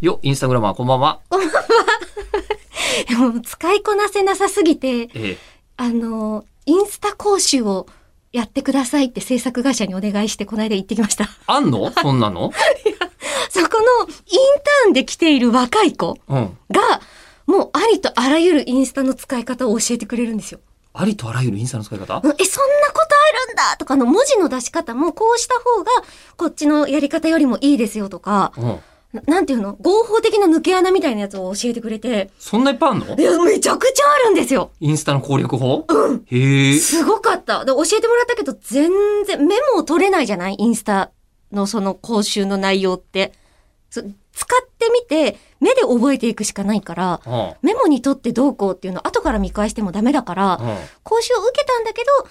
よ、インスタグラマーこんばんは。 もう使いこなせなさすぎて、インスタ講習をやってくださいって制作会社にお願いしてこの間行ってきました。 あんのそんなのそこのインターンで来ている若い子が、もうありとあらゆるインスタの使い方を教えてくれるんですよ。 ありとあらゆるインスタの使い方？ そんなことあるんだとかの文字の出し方もこうした方がこっちのやり方よりもいいですよとか、なんていうの？合法的な抜け穴みたいなやつを教えてくれて。 そんないっぱいあんの？ いや、めちゃくちゃあるんですよ。 インスタの攻略法？ へえ。すごかった。で、教えてもらったけど、全然メモを取れないじゃない？インスタのその講習の内容って。使ってみて、目で覚えていくしかないから、メモに取ってどうこうっていうのを後から見返してもダメだから、講習を受けたんだけど、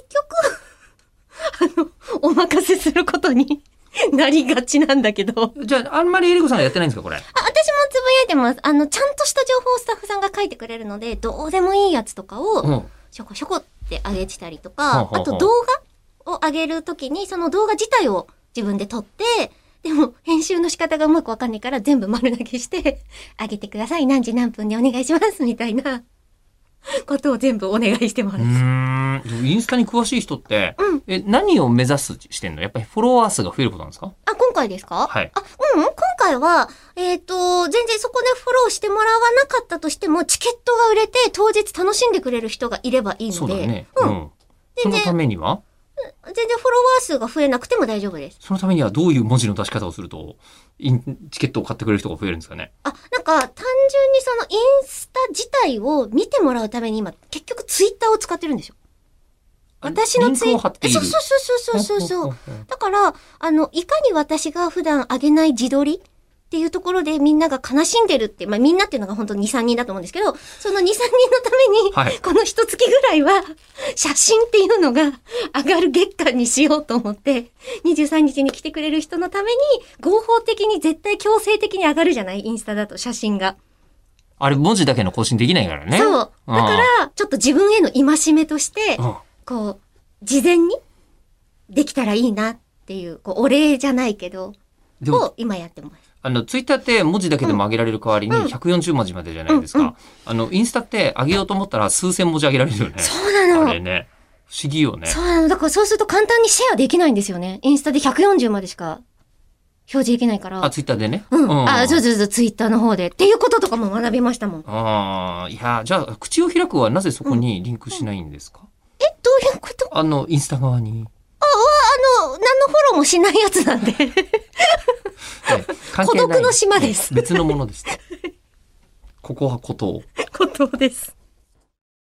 結局、お任せすることになりがちなんだけど。 じゃあ、あんまりエリコさんがやってないんですか、これ。 私もつぶやいてます。ちゃんとした情報をスタッフさんが書いてくれるので、どうでもいいやつとかを、しょこしょこって上げてたりとか、あと動画を上げるときに、その動画自体を自分で撮って、でも、編集の仕方がうまくわかんないから全部丸投げして、上げてください。何時何分でお願いします。みたいなことを全部お願いしてます。 インスタに詳しい人って、何を目指してんの？やっぱりフォロワー数が増えることなんですか？ 今回ですか？ はい。 今回は、全然そこでフォローしてもらわなかったとしても、チケットが売れて当日楽しんでくれる人がいればいいので。 そうだね。そのためには？ 全然フォロワー数が増えなくても大丈夫です。 そのためにはどういう文字の出し方をすると、チケットを買ってくれる人が増えるんですかね？ 単純にそのインスタ自体を見てもらうために今、結局ツイッターを使ってるんですよ。私のツイッター。そう。だから、いかに私が普段上げない自撮りっていうところでみんなが悲しんでるって、みんなっていうのが本当に2、3人だと思うんですけど、その2、3人のために、この1月ぐらいは、写真っていうのが上がる月間にしようと思って、23日に来てくれる人のために、合法的に絶対強制的に上がるじゃない？インスタだと写真が。 あれ、文字だけの更新できないからね。 そう。だから、ちょっと自分への戒めとして、事前にできたらいいなっていう、お礼じゃないけど、を今やってます。 ツイッターって文字だけでも上げられる代わりに140文字までじゃないですか。インスタって上げようと思ったら数千文字上げられるよね。 そうなの。 あれね。不思議よね。 そうなの。だからそうすると簡単にシェアできないんですよね。インスタで140までしか表示できないから。 ツイッターでね。 そう、ツイッターの方で。っていうこととかも学びましたもん。 いや、じゃあ、口を開くはなぜそこにリンクしないんですか？ どういうこと？ インスタ側に。 何のフォローもしないやつなんで。孤独の島です。 別のものです。ここは孤島。 孤島です。